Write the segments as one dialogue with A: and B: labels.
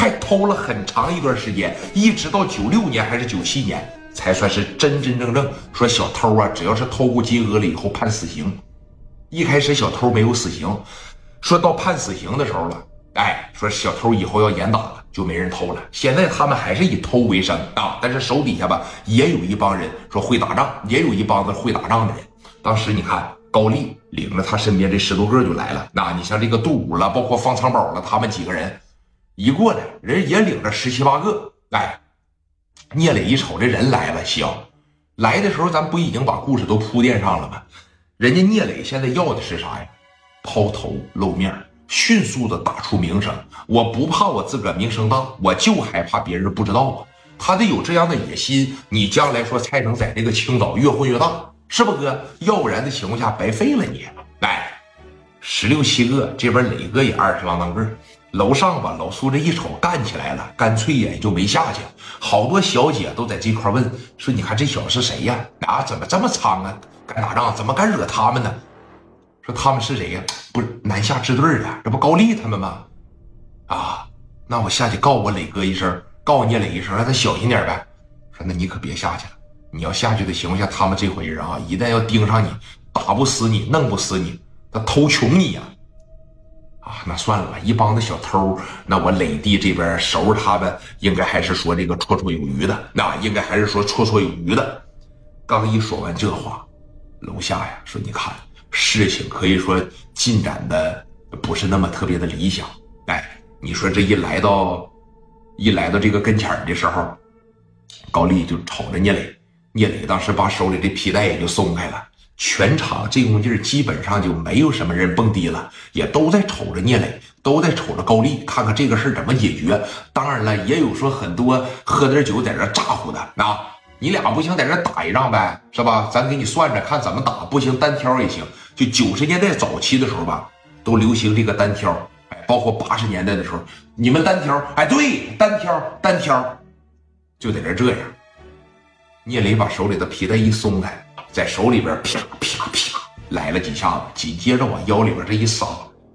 A: 还偷了很长一段时间，一直到96年还是97年，才算是真真正正说小偷啊，只要是偷过金额了以后判死刑。一开始小偷没有死刑，说到判死刑的时候了，说小偷以后要严打了，就没人偷了。现在他们还是以偷为生啊，但是手底下吧也有一帮人说会打仗，也有一帮子会打仗的人。当时你看高丽领着他身边这10多个就来了，那你像这个杜武了，包括方长宝了，他们几个人一过来，人也领着17、18个。聂磊一瞅这人来了，行，来的时候咱不已经把故事都铺垫上了吗？人家聂磊现在要的是啥呀？抛头露面，迅速的打出名声。我不怕我自个儿名声大，我就害怕别人不知道啊。他得有这样的野心，你将来说才能在这个青岛越混越大，是不哥？要不然的情况下白费了你。16、17个，这边磊哥也20啷当个。楼上吧，老苏这一瞅干起来了，干脆也就没下去。好多小姐都在这块问说：“你看这小子是谁呀？怎么这么苍啊？敢打仗，怎么敢惹他们呢？”说他们是谁呀？不是南下支队的，这不高丽他们吗？那我下去告我磊哥一声，告聂磊一声，让他小心点呗。说那你可别下去了，你要下去的情况下，他们这伙人啊，一旦要盯上你，打不死你，弄不死你，他偷穷你呀！那算了吧，一帮子小偷，那我磊弟这边收拾他们，应该还是说这个绰绰有余的，应该还是说绰绰有余的。刚一说完这话，楼下呀说，你看事情可以说进展的不是那么特别的理想。你说这一来到这个跟前的时候，高丽就瞅着聂磊，聂磊当时把手里的皮带也就松开了。全场这功劲儿基本上就没有什么人蹦迪了，也都在瞅着聂磊，都在瞅着高丽，看看这个事怎么解决。当然了，也有说很多喝点酒在这咋呼的你俩不行在这打一仗呗，是吧？咱给你算着看怎么打，不行单挑也行。就90年代早期的时候吧，都流行这个单挑，包括80年代的时候，你们单挑，对，单挑，就在这样。聂磊把手里的皮带一松开，在手里边啪啪啪来了几下子，紧接着往腰里边这一撒。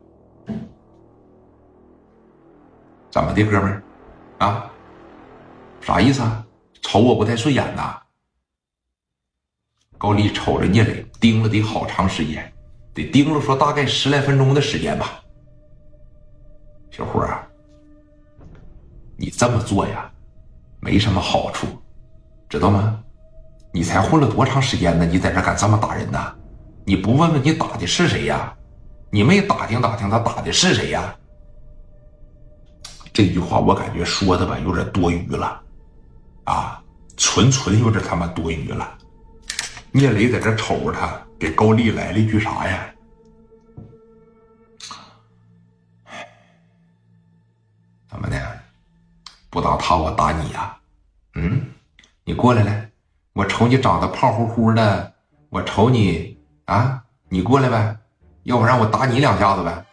A: 怎么的，哥们儿啥意思啊？瞅我不太顺眼呐？高丽瞅着聂磊盯了得好长时间，得盯了说大概10来分钟的时间吧。小伙儿你这么做呀没什么好处，知道吗？你才混了多长时间呢？你在这敢这么打人呢？你不问问你打的是谁呀？你没打听打听他打的是谁呀？这句话我感觉说的吧有点多余了纯有点他妈多余了。聂磊在这瞅着他，给高丽来了一句啥呀？怎么的？不打他我打你呀？你过来来，我瞅你长得胖乎乎的，我瞅你你过来呗，要不然我打你2下子呗。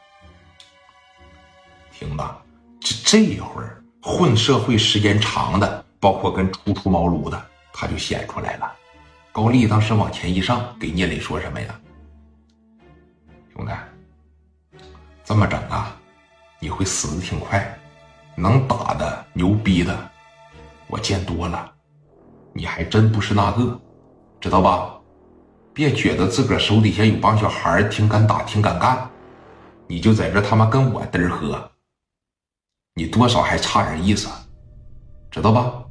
A: 听吧，这一会儿混社会时间长的，包括跟初茅庐的，他就显出来了。高丽当时往前一上，给聂磊说什么呀？兄弟，这么整你会死得挺快，能打的牛逼的我见多了，你还真不是那个，知道吧？别觉得自个儿手底下有帮小孩挺敢打挺敢干，你就在这他妈跟我嘚儿喝，你多少还差点意思，知道吧？